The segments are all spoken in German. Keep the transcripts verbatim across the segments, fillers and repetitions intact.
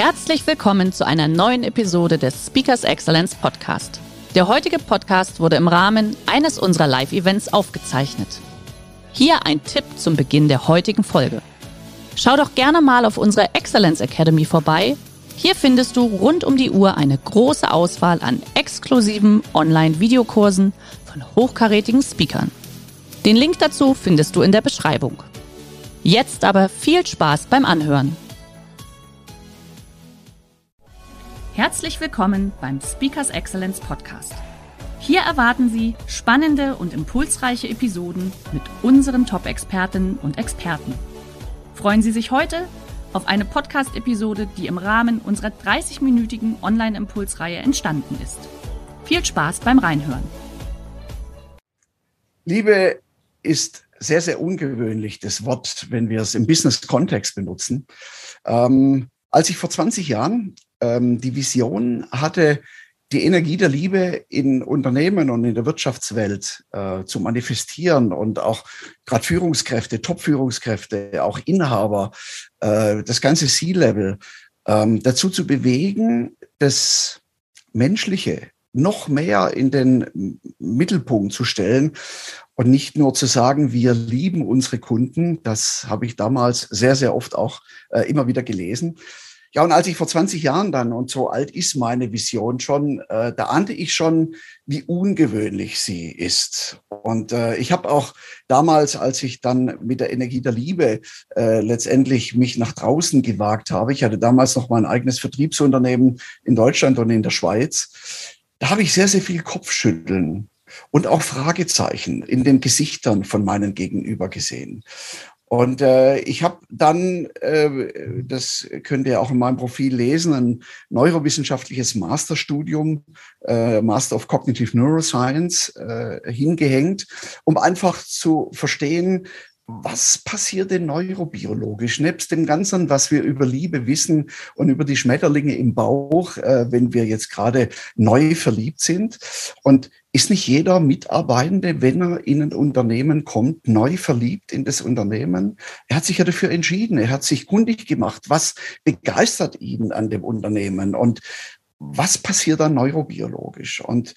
Herzlich willkommen zu einer neuen Episode des Speakers Excellence Podcast. Der heutige Podcast wurde im Rahmen eines unserer Live-Events aufgezeichnet. Hier ein Tipp zum Beginn der heutigen Folge. Schau doch gerne mal auf unserer Excellence Academy vorbei. Hier findest du rund um die Uhr eine große Auswahl an exklusiven Online-Videokursen von hochkarätigen Speakern. Den Link dazu findest du in der Beschreibung. Jetzt aber viel Spaß beim Anhören. Herzlich willkommen beim Speakers Excellence Podcast. Hier erwarten Sie spannende und impulsreiche Episoden mit unseren Top-Expertinnen und Experten. Freuen Sie sich heute auf eine Podcast-Episode, die im Rahmen unserer dreißig-minütigen Online-Impulsreihe entstanden ist. Viel Spaß beim Reinhören. Liebe ist sehr, sehr ungewöhnlich, das Wort, wenn wir es im Business-Kontext benutzen. Ähm, als ich vor zwanzig Jahren ähm, die Vision hatte, die Energie der Liebe in Unternehmen und in der Wirtschaftswelt äh, zu manifestieren und auch gerade Führungskräfte, Top-Führungskräfte, auch Inhaber, äh, das ganze C-Level ähm, dazu zu bewegen, das Menschliche noch mehr in den Mittelpunkt zu stellen und nicht nur zu sagen, wir lieben unsere Kunden. Das habe ich damals sehr, sehr oft auch äh, immer wieder gelesen. Ja, und als ich vor zwanzig Jahren dann, und so alt ist meine Vision schon, äh, da ahnte ich schon, wie ungewöhnlich sie ist. Und äh, ich habe auch damals, als ich dann mit der Energie der Liebe äh, letztendlich mich nach draußen gewagt habe, ich hatte damals noch mein eigenes Vertriebsunternehmen in Deutschland und in der Schweiz, da habe ich sehr, sehr viel Kopfschütteln und auch Fragezeichen in den Gesichtern von meinen Gegenüber gesehen. Und äh, ich habe dann, äh, das könnt ihr auch in meinem Profil lesen, ein neurowissenschaftliches Masterstudium, äh, Master of Cognitive Neuroscience, äh, hingehängt, um einfach zu verstehen, was passiert denn neurobiologisch, nebst dem Ganzen, was wir über Liebe wissen und über die Schmetterlinge im Bauch, äh, wenn wir jetzt gerade neu verliebt sind. Und ist nicht jeder Mitarbeitende, wenn er in ein Unternehmen kommt, neu verliebt in das Unternehmen? Er hat sich ja dafür entschieden, er hat sich kundig gemacht, was begeistert ihn an dem Unternehmen und was passiert dann neurobiologisch? Und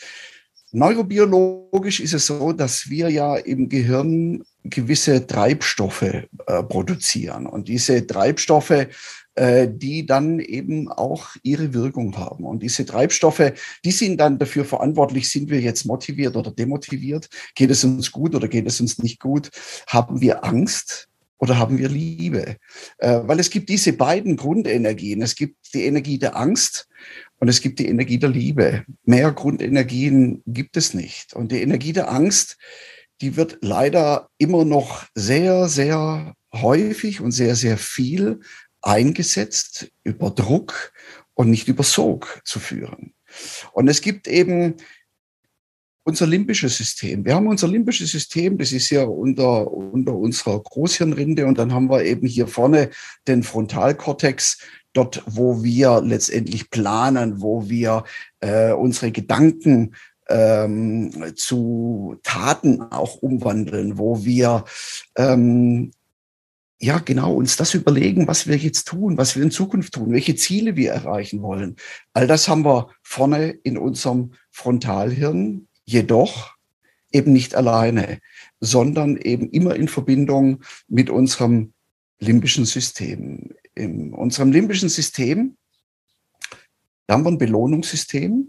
neurobiologisch ist es so, dass wir ja im Gehirn gewisse Treibstoffe äh, produzieren. Und diese Treibstoffe, äh, die dann eben auch ihre Wirkung haben. Und diese Treibstoffe, die sind dann dafür verantwortlich, sind wir jetzt motiviert oder demotiviert? Geht es uns gut oder geht es uns nicht gut? Haben wir Angst? Oder haben wir Liebe? Äh, weil es gibt diese beiden Grundenergien. Es gibt die Energie der Angst und es gibt die Energie der Liebe. Mehr Grundenergien gibt es nicht. Und die Energie der Angst, die wird leider immer noch sehr, sehr häufig und sehr, sehr viel eingesetzt, über Druck und nicht über Sog zu führen. Und es gibt eben unser limbisches System. Wir haben unser limbisches System, das ist ja unter, unter unserer Großhirnrinde, und dann haben wir eben hier vorne den Frontalkortex, dort, wo wir letztendlich planen, wo wir äh, unsere Gedanken ähm, zu Taten auch umwandeln, wo wir ähm, ja genau uns das überlegen, was wir jetzt tun, was wir in Zukunft tun, welche Ziele wir erreichen wollen. All das haben wir vorne in unserem Frontalhirn, jedoch eben nicht alleine, sondern eben immer in Verbindung mit unserem limbischen System. In unserem limbischen System, da haben wir ein Belohnungssystem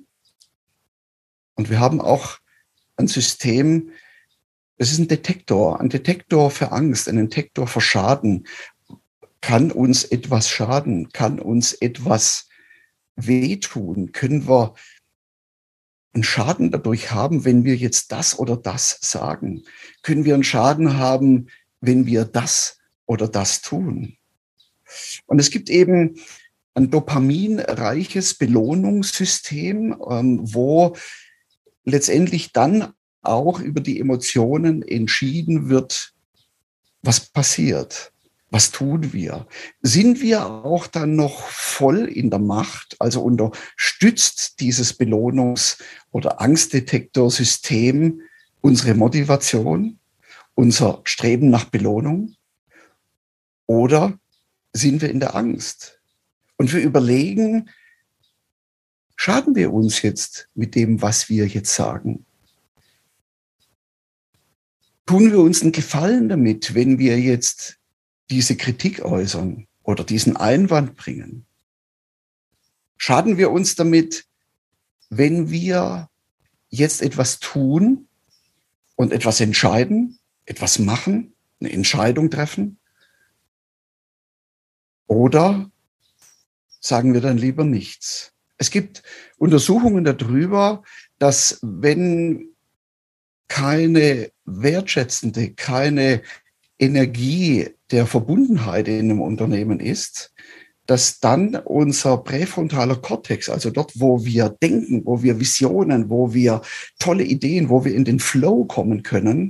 und wir haben auch ein System, das ist ein Detektor, ein Detektor für Angst, ein Detektor für Schaden. Kann uns etwas schaden? Kann uns etwas wehtun? Können wir einen Schaden dadurch haben, wenn wir jetzt das oder das sagen? Können wir einen Schaden haben, wenn wir das oder das tun? Und es gibt eben ein dopaminreiches Belohnungssystem, ähm, wo letztendlich dann auch über die Emotionen entschieden wird, was passiert, was tun wir. Sind wir auch dann noch voll in der Macht, also unterstützt dieses Belohnungs- oder Angstdetektorsystem unsere Motivation, unser Streben nach Belohnung? Oder sind wir in der Angst? Und wir überlegen, schaden wir uns jetzt mit dem, was wir jetzt sagen? Tun wir uns einen Gefallen damit, wenn wir jetzt diese Kritik äußern oder diesen Einwand bringen? Schaden wir uns damit, wenn wir jetzt etwas tun und etwas entscheiden, etwas machen, eine Entscheidung treffen? Oder sagen wir dann lieber nichts? Es gibt Untersuchungen darüber, dass wenn keine wertschätzende, keine Energie der Verbundenheit in einem Unternehmen ist, dass dann unser präfrontaler Kortex, also dort, wo wir denken, wo wir Visionen, wo wir tolle Ideen, wo wir in den Flow kommen können,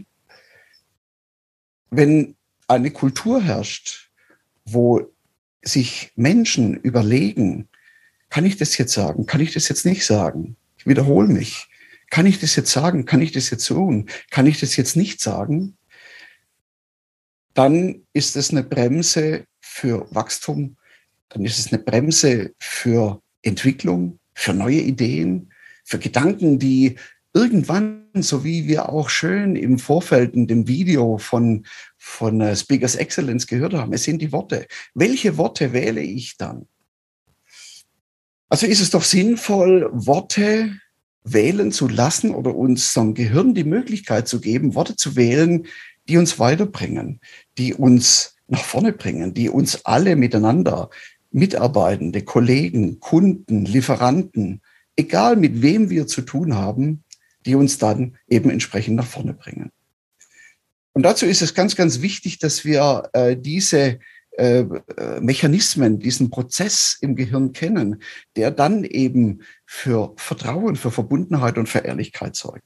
wenn eine Kultur herrscht, wo sich Menschen überlegen, kann ich das jetzt sagen, kann ich das jetzt nicht sagen? Ich wiederhole mich. Kann ich das jetzt sagen? Kann ich das jetzt tun? Kann ich das jetzt nicht sagen? Dann ist es eine Bremse für Wachstum. Dann ist es eine Bremse für Entwicklung, für neue Ideen, für Gedanken, die irgendwann, so wie wir auch schön im Vorfeld in dem Video von, von Speakers Excellence gehört haben, es sind die Worte. Welche Worte wähle ich dann? Also ist es doch sinnvoll, Worte wählen zu lassen oder unserem Gehirn die Möglichkeit zu geben, Worte zu wählen, die uns weiterbringen, die uns nach vorne bringen, die uns alle miteinander, Mitarbeitende, Kollegen, Kunden, Lieferanten, egal mit wem wir zu tun haben, die uns dann eben entsprechend nach vorne bringen. Und dazu ist es ganz, ganz wichtig, dass wir äh, diese äh, Mechanismen, diesen Prozess im Gehirn kennen, der dann eben für Vertrauen, für Verbundenheit und für Ehrlichkeit sorgt.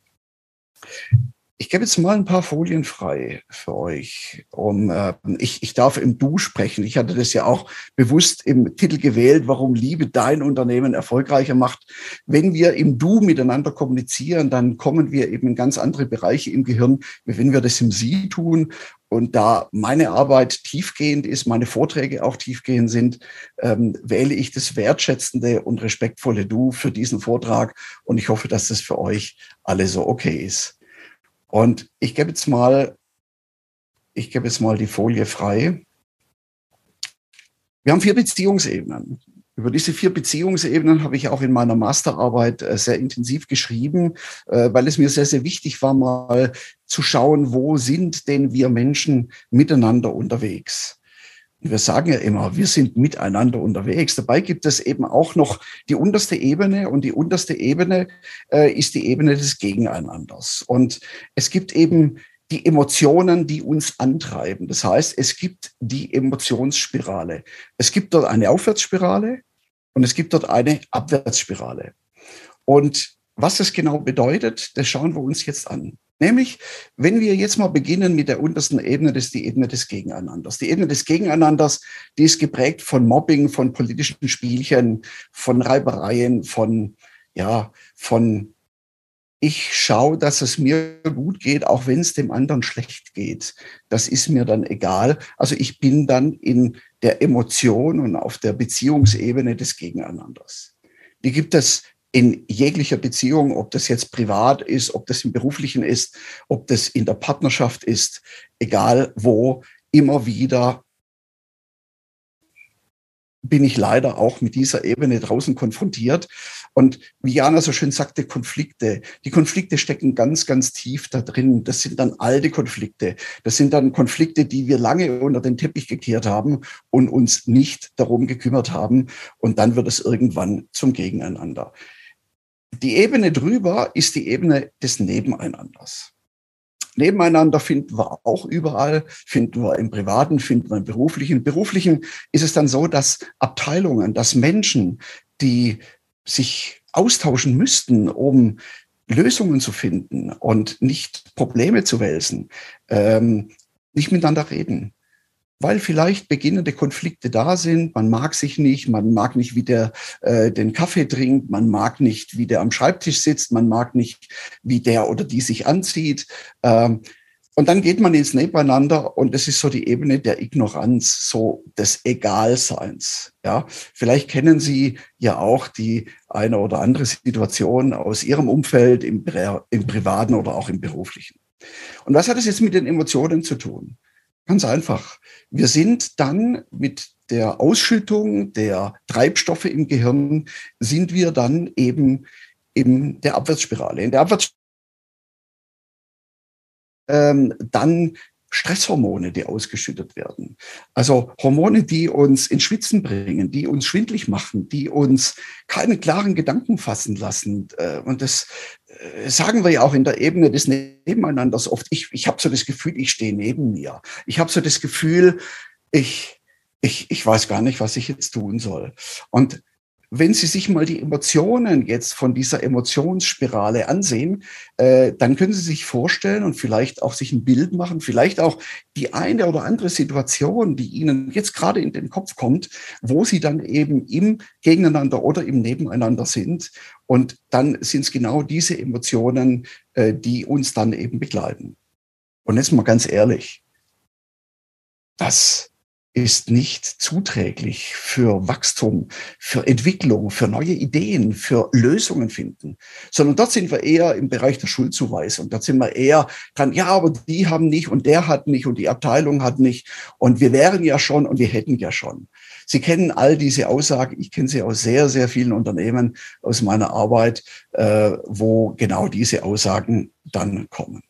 Ich gebe jetzt mal ein paar Folien frei für euch. Um, äh, ich, ich darf im Du sprechen. Ich hatte das ja auch bewusst im Titel gewählt, warum Liebe dein Unternehmen erfolgreicher macht. Wenn wir im Du miteinander kommunizieren, dann kommen wir eben in ganz andere Bereiche im Gehirn, wie wenn wir das im Sie tun. Und da meine Arbeit tiefgehend ist, meine Vorträge auch tiefgehend sind, ähm, wähle ich das wertschätzende und respektvolle Du für diesen Vortrag. Und ich hoffe, dass das für euch alle so okay ist. Und ich gebe jetzt mal, ich gebe jetzt mal die Folie frei. Wir haben vier Beziehungsebenen. Über diese vier Beziehungsebenen habe ich auch in meiner Masterarbeit sehr intensiv geschrieben, weil es mir sehr, sehr wichtig war, mal zu schauen, wo sind denn wir Menschen miteinander unterwegs? Und wir sagen ja immer, wir sind miteinander unterwegs. Dabei gibt es eben auch noch die unterste Ebene und die unterste Ebene äh, ist die Ebene des Gegeneinanders. Und es gibt eben die Emotionen, die uns antreiben. Das heißt, es gibt die Emotionsspirale. Es gibt dort eine Aufwärtsspirale und es gibt dort eine Abwärtsspirale. Und was das genau bedeutet, das schauen wir uns jetzt an. Nämlich, wenn wir jetzt mal beginnen mit der untersten Ebene, das ist die Ebene des Gegeneinanders. Die Ebene des Gegeneinanders, die ist geprägt von Mobbing, von politischen Spielchen, von Reibereien, von, ja, von ich schaue, dass es mir gut geht, auch wenn es dem anderen schlecht geht. Das ist mir dann egal. Also ich bin dann in der Emotion und auf der Beziehungsebene des Gegeneinanders. Die gibt es in jeglicher Beziehung, ob das jetzt privat ist, ob das im Beruflichen ist, ob das in der Partnerschaft ist, egal wo, immer wieder bin ich leider auch mit dieser Ebene draußen konfrontiert. Und wie Jana so schön sagte, Konflikte. Die Konflikte stecken ganz, ganz tief da drin. Das sind dann alte Konflikte. Das sind dann Konflikte, die wir lange unter den Teppich gekehrt haben und uns nicht darum gekümmert haben. Und dann wird es irgendwann zum Gegeneinander. Die Ebene drüber ist die Ebene des Nebeneinanders. Nebeneinander finden wir auch überall, finden wir im Privaten, finden wir im Beruflichen. Im Beruflichen ist es dann so, dass Abteilungen, dass Menschen, die sich austauschen müssten, um Lösungen zu finden und nicht Probleme zu wälzen, ähm, nicht miteinander reden. Weil vielleicht beginnende Konflikte da sind, man mag sich nicht, man mag nicht, wie der äh, den Kaffee trinkt, man mag nicht, wie der am Schreibtisch sitzt, man mag nicht, wie der oder die sich anzieht. Ähm, Und dann geht man ins Nebeneinander und das ist so die Ebene der Ignoranz, so des Egalseins. Ja, vielleicht kennen Sie ja auch die eine oder andere Situation aus Ihrem Umfeld, im, im privaten oder auch im beruflichen. Und was hat es jetzt mit den Emotionen zu tun? Ganz einfach. Wir sind dann mit der Ausschüttung der Treibstoffe im Gehirn, sind wir dann eben in der Abwärtsspirale. In der Abwärtsspirale ähm, dann Stresshormone, die ausgeschüttet werden. Also Hormone, die uns ins Schwitzen bringen, die uns schwindlig machen, die uns keine klaren Gedanken fassen lassen. Und das sagen wir ja auch in der Ebene des Nebeneinanders oft. Ich, ich habe so das Gefühl, ich stehe neben mir. Ich habe so das Gefühl, ich, ich, ich weiß gar nicht, was ich jetzt tun soll. Und wenn Sie sich mal die Emotionen jetzt von dieser Emotionsspirale ansehen, äh, dann können Sie sich vorstellen und vielleicht auch sich ein Bild machen, vielleicht auch die eine oder andere Situation, die Ihnen jetzt gerade in den Kopf kommt, wo Sie dann eben im Gegeneinander oder im Nebeneinander sind. Und dann sind es genau diese Emotionen, äh, die uns dann eben begleiten. Und jetzt mal ganz ehrlich, das ist nicht zuträglich für Wachstum, für Entwicklung, für neue Ideen, für Lösungen finden, sondern dort sind wir eher im Bereich der Schuldzuweisung. Dort sind wir eher dran, ja, aber die haben nicht und der hat nicht und die Abteilung hat nicht und wir wären ja schon und wir hätten ja schon. Sie kennen all diese Aussagen. Ich kenne sie aus sehr, sehr vielen Unternehmen aus meiner Arbeit, äh, wo genau diese Aussagen dann kommen.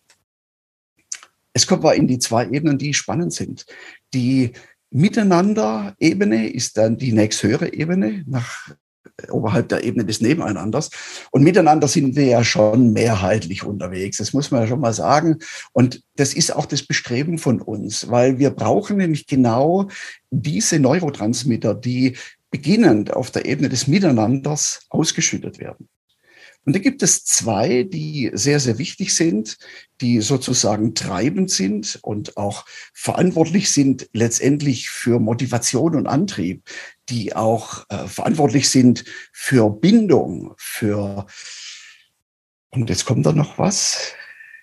Es kommt mal in die zwei Ebenen, die spannend sind. Die Miteinander-Ebene ist dann die nächsthöhere Ebene, nach, oberhalb der Ebene des Nebeneinanders. Und miteinander sind wir ja schon mehrheitlich unterwegs, das muss man ja schon mal sagen. Und das ist auch das Bestreben von uns, weil wir brauchen nämlich genau diese Neurotransmitter, die beginnend auf der Ebene des Miteinanders ausgeschüttet werden. Und da gibt es zwei, die sehr, sehr wichtig sind, die sozusagen treibend sind und auch verantwortlich sind letztendlich für Motivation und Antrieb, die auch äh, verantwortlich sind für Bindung, für, und jetzt kommt da noch was,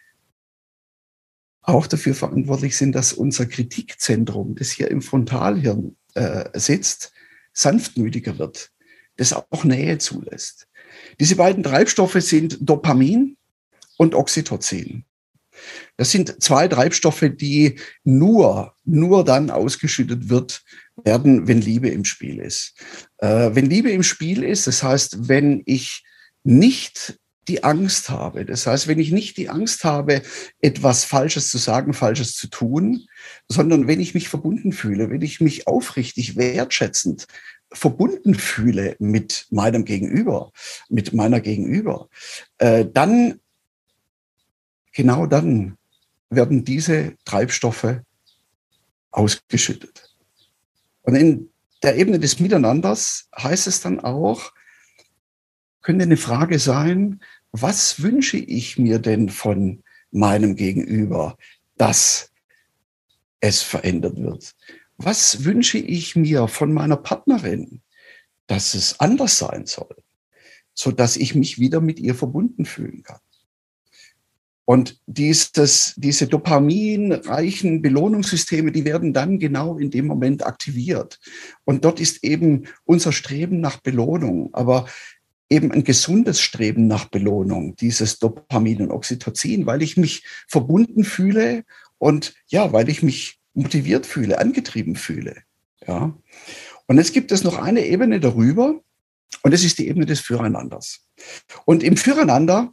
auch dafür verantwortlich sind, dass unser Kritikzentrum, das hier im Frontalhirn äh, sitzt, sanftmütiger wird, das auch Nähe zulässt. Diese beiden Treibstoffe sind Dopamin und Oxytocin. Das sind zwei Treibstoffe, die nur, nur dann ausgeschüttet wird, werden, wenn Liebe im Spiel ist. Äh, wenn Liebe im Spiel ist, das heißt, wenn ich nicht die Angst habe, das heißt, wenn ich nicht die Angst habe, etwas Falsches zu sagen, Falsches zu tun, sondern wenn ich mich verbunden fühle, wenn ich mich aufrichtig, wertschätzend verbunden fühle mit meinem Gegenüber, mit meiner Gegenüber, äh, dann, genau dann werden diese Treibstoffe ausgeschüttet. Und in der Ebene des Miteinanders heißt es dann auch, könnte eine Frage sein, was wünsche ich mir denn von meinem Gegenüber, dass es verändert wird? Was wünsche ich mir von meiner Partnerin, dass es anders sein soll, sodass ich mich wieder mit ihr verbunden fühlen kann? Und dieses, diese dopaminreichen Belohnungssysteme, die werden dann genau in dem Moment aktiviert. Und dort ist eben unser Streben nach Belohnung, aber eben ein gesundes Streben nach Belohnung, dieses Dopamin und Oxytocin, weil ich mich verbunden fühle und ja, weil ich mich motiviert fühle, angetrieben fühle. Ja. Und jetzt gibt es noch eine Ebene darüber und das ist die Ebene des Füreinanders. Und im Füreinander,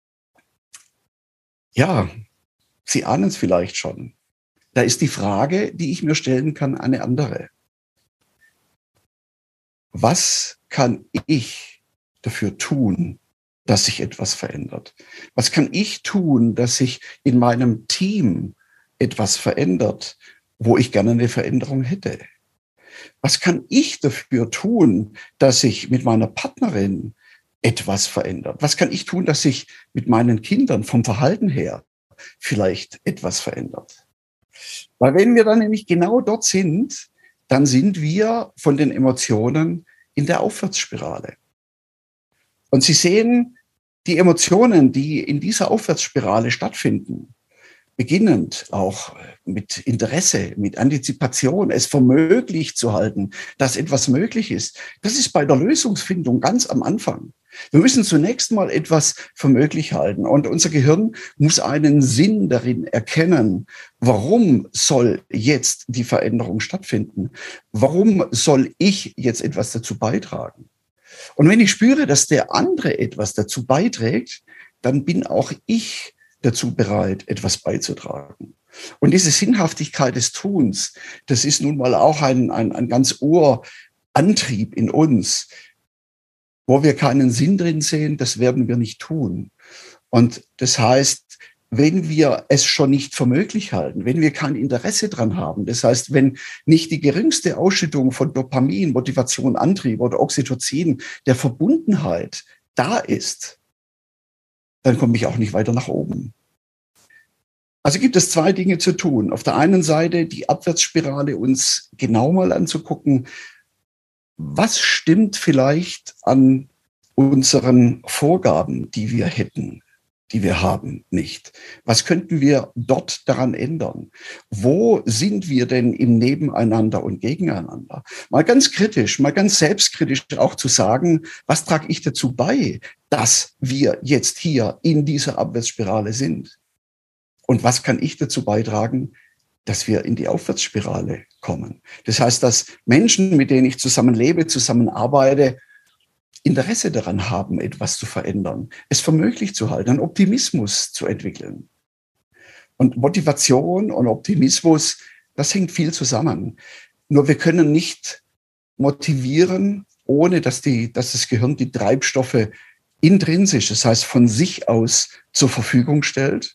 ja, Sie ahnen es vielleicht schon, da ist die Frage, die ich mir stellen kann, eine andere. Was kann ich dafür tun, dass sich etwas verändert? Was kann ich tun, dass sich in meinem Team etwas verändert, wo ich gerne eine Veränderung hätte? Was kann ich dafür tun, dass sich mit meiner Partnerin etwas verändert? Was kann ich tun, dass sich mit meinen Kindern vom Verhalten her vielleicht etwas verändert? Weil wenn wir dann nämlich genau dort sind, dann sind wir von den Emotionen in der Aufwärtsspirale. Und Sie sehen, die Emotionen, die in dieser Aufwärtsspirale stattfinden, beginnend auch mit Interesse, mit Antizipation, es für möglich zu halten, dass etwas möglich ist. Das ist bei der Lösungsfindung ganz am Anfang. Wir müssen zunächst mal etwas für möglich halten. Und unser Gehirn muss einen Sinn darin erkennen. Warum soll jetzt die Veränderung stattfinden? Warum soll ich jetzt etwas dazu beitragen? Und wenn ich spüre, dass der andere etwas dazu beiträgt, dann bin auch ich dazu bereit, etwas beizutragen. Und diese Sinnhaftigkeit des Tuns, das ist nun mal auch ein, ein, ein ganz Urantrieb in uns. Wo wir keinen Sinn drin sehen, das werden wir nicht tun. Und das heißt, wenn wir es schon nicht für möglich halten, wenn wir kein Interesse dran haben, das heißt, wenn nicht die geringste Ausschüttung von Dopamin, Motivation, Antrieb oder Oxytocin der Verbundenheit da ist, dann komme ich auch nicht weiter nach oben. Also gibt es zwei Dinge zu tun. Auf der einen Seite die Abwärtsspirale uns genau mal anzugucken, was stimmt vielleicht an unseren Vorgaben, die wir hätten, die wir haben, nicht? Was könnten wir dort daran ändern? Wo sind wir denn im Nebeneinander und Gegeneinander? Mal ganz kritisch, mal ganz selbstkritisch auch zu sagen, was trage ich dazu bei, dass wir jetzt hier in dieser Abwärtsspirale sind? Und was kann ich dazu beitragen, dass wir in die Aufwärtsspirale kommen? Das heißt, dass Menschen, mit denen ich zusammenlebe, zusammenarbeite, Interesse daran haben, etwas zu verändern, es für möglich zu halten, einen Optimismus zu entwickeln. Und Motivation und Optimismus, das hängt viel zusammen. Nur wir können nicht motivieren, ohne dass, die, dass das Gehirn die Treibstoffe intrinsisch, das heißt von sich aus, zur Verfügung stellt.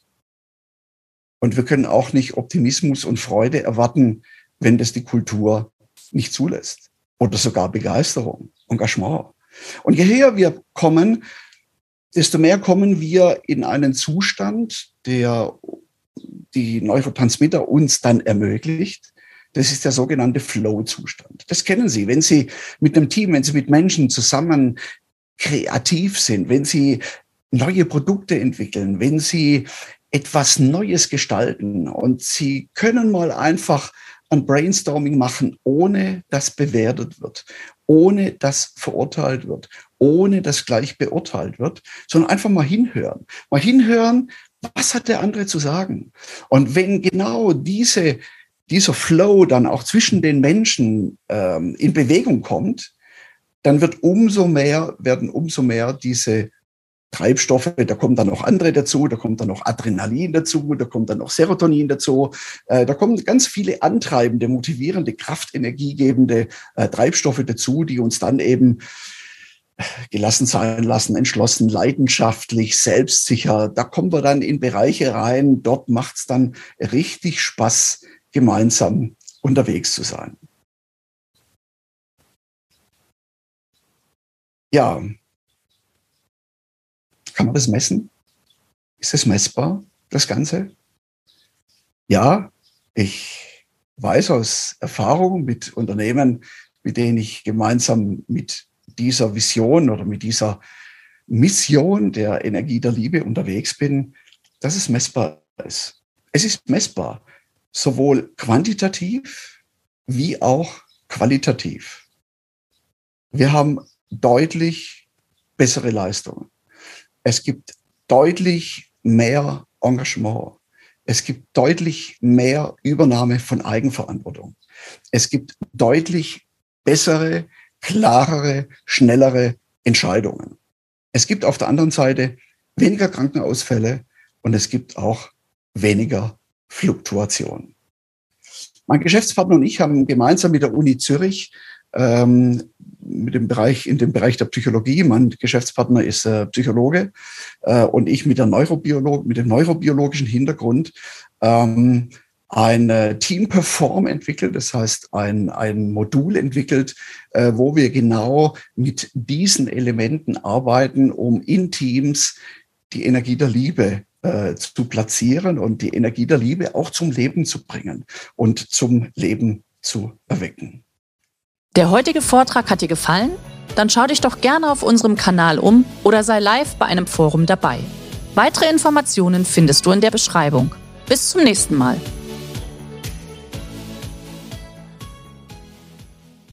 Und wir können auch nicht Optimismus und Freude erwarten, wenn das die Kultur nicht zulässt. Oder sogar Begeisterung, Engagement. Und je höher wir kommen, desto mehr kommen wir in einen Zustand, der die Neurotransmitter uns dann ermöglicht. Das ist der sogenannte Flow-Zustand. Das kennen Sie, wenn Sie mit einem Team, wenn Sie mit Menschen zusammen kreativ sind, wenn Sie neue Produkte entwickeln, wenn Sie etwas Neues gestalten und Sie können mal einfach ein Brainstorming machen, ohne dass bewertet wird, ohne dass verurteilt wird, ohne dass gleich beurteilt wird, sondern einfach mal hinhören. Mal hinhören, was hat der andere zu sagen? Und wenn genau diese, dieser Flow dann auch zwischen den Menschen ähm, in Bewegung kommt, dann wird umso mehr, werden umso mehr diese Treibstoffe, da kommen dann noch andere dazu, da kommt dann noch Adrenalin dazu, da kommt dann noch Serotonin dazu, äh, da kommen ganz viele antreibende, motivierende, kraftenergiegebende äh, Treibstoffe dazu, die uns dann eben gelassen sein lassen, entschlossen, leidenschaftlich, selbstsicher. Da kommen wir dann in Bereiche rein, dort macht es dann richtig Spaß, gemeinsam unterwegs zu sein. Ja. Kann man das messen? Ist es messbar, das Ganze? Ja, ich weiß aus Erfahrung mit Unternehmen, mit denen ich gemeinsam mit dieser Vision oder mit dieser Mission der Energie der Liebe unterwegs bin, dass es messbar ist. Es ist messbar, sowohl quantitativ wie auch qualitativ. Wir haben deutlich bessere Leistungen. Es gibt deutlich mehr Engagement. Es gibt deutlich mehr Übernahme von Eigenverantwortung. Es gibt deutlich bessere, klarere, schnellere Entscheidungen. Es gibt auf der anderen Seite weniger Krankenausfälle und es gibt auch weniger Fluktuation. Mein Geschäftspartner und ich haben gemeinsam mit der Uni Zürich ähm, mit dem Bereich, in dem Bereich der Psychologie. Mein Geschäftspartner ist äh, Psychologe äh, und ich mit der Neurobiolog, mit dem neurobiologischen Hintergrund ähm, ein äh, Team Perform entwickelt, das heißt ein, ein Modul entwickelt, äh, wo wir genau mit diesen Elementen arbeiten, um in Teams die Energie der Liebe äh, zu platzieren und die Energie der Liebe auch zum Leben zu bringen und zum Leben zu erwecken. Der heutige Vortrag hat dir gefallen? Dann schau dich doch gerne auf unserem Kanal um oder sei live bei einem Forum dabei. Weitere Informationen findest du in der Beschreibung. Bis zum nächsten Mal.